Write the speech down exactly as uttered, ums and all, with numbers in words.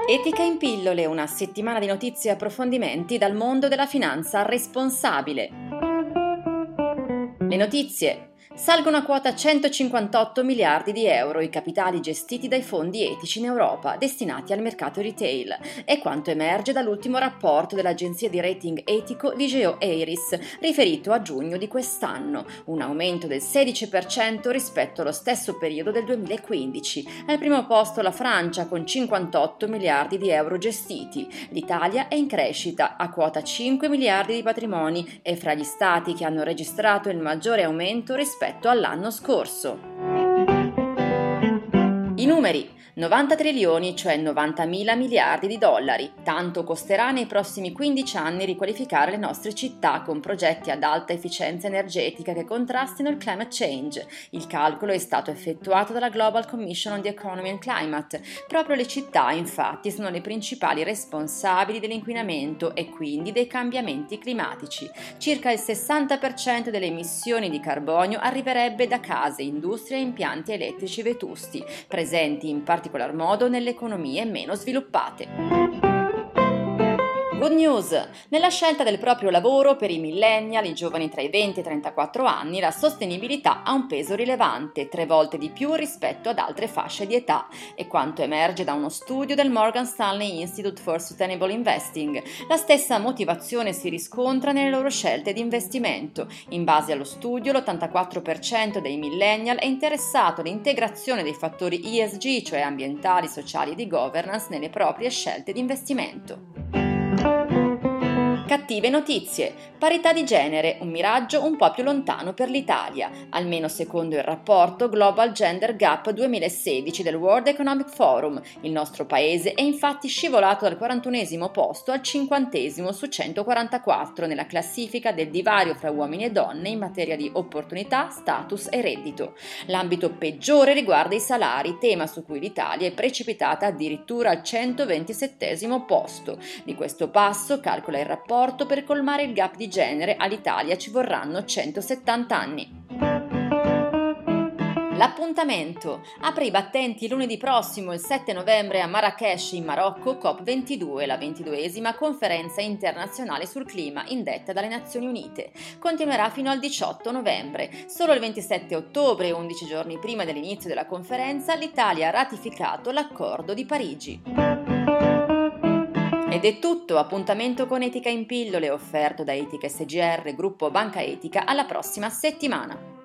Etica in pillole, una settimana di notizie e approfondimenti dal mondo della finanza responsabile. Le notizie. Salgono a quota centocinquantotto miliardi di euro i capitali gestiti dai fondi etici in Europa destinati al mercato retail. È quanto emerge dall'ultimo rapporto dell'agenzia di rating etico Vigeo Eiris, riferito a giugno di quest'anno, un aumento del sedici per cento rispetto allo stesso periodo del duemilaquindici. Al primo posto la Francia con cinquantotto miliardi di euro gestiti. L'Italia è in crescita, a quota cinque miliardi di patrimoni, e fra gli stati che hanno registrato il maggiore aumento rispetto all'anno scorso. I numeri: novanta trilioni, cioè novantamila miliardi di dollari. Tanto costerà nei prossimi quindici anni riqualificare le nostre città con progetti ad alta efficienza energetica che contrastino il climate change. Il calcolo è stato effettuato dalla Global Commission on the Economy and Climate. Proprio le città, infatti, sono le principali responsabili dell'inquinamento e quindi dei cambiamenti climatici. Circa il sessanta per cento delle emissioni di carbonio arriverebbe da case, industrie e impianti elettrici vetusti, presenti in particolar modo nelle economie meno sviluppate. Good news! Nella scelta del proprio lavoro per i millennial, i giovani tra i venti e i trentaquattro anni, la sostenibilità ha un peso rilevante, tre volte di più rispetto ad altre fasce di età, è quanto emerge da uno studio del Morgan Stanley Institute for Sustainable Investing. La stessa motivazione si riscontra nelle loro scelte di investimento. In base allo studio, l'ottantaquattro per cento dei millennial è interessato all'integrazione dei fattori E S G, cioè ambientali, sociali e di governance, nelle proprie scelte di investimento. Cattive notizie. Parità di genere, un miraggio un po' più lontano per l'Italia, almeno secondo il rapporto Global Gender Gap duemilasedici del World Economic Forum. Il nostro paese è infatti scivolato dal quarantunesimo posto al cinquantesimo su centoquarantaquattro nella classifica del divario fra uomini e donne in materia di opportunità, status e reddito. L'ambito peggiore riguarda i salari, tema su cui l'Italia è precipitata addirittura al centoventisettesimo posto. Di questo passo, calcola il rapporto, per colmare il gap di genere all'Italia ci vorranno centosettanta anni. L'appuntamento: apre i battenti lunedì prossimo, il sette novembre, a Marrakech in Marocco, COP ventidue, la ventiduesima conferenza internazionale sul clima indetta dalle Nazioni Unite. Continuerà fino al diciotto novembre. Solo il ventisette ottobre, undici giorni prima dell'inizio della conferenza, l'Italia ha ratificato l'Accordo di Parigi. Ed è tutto, appuntamento con Etica in pillole offerto da Etica S G R, gruppo Banca Etica, alla prossima settimana.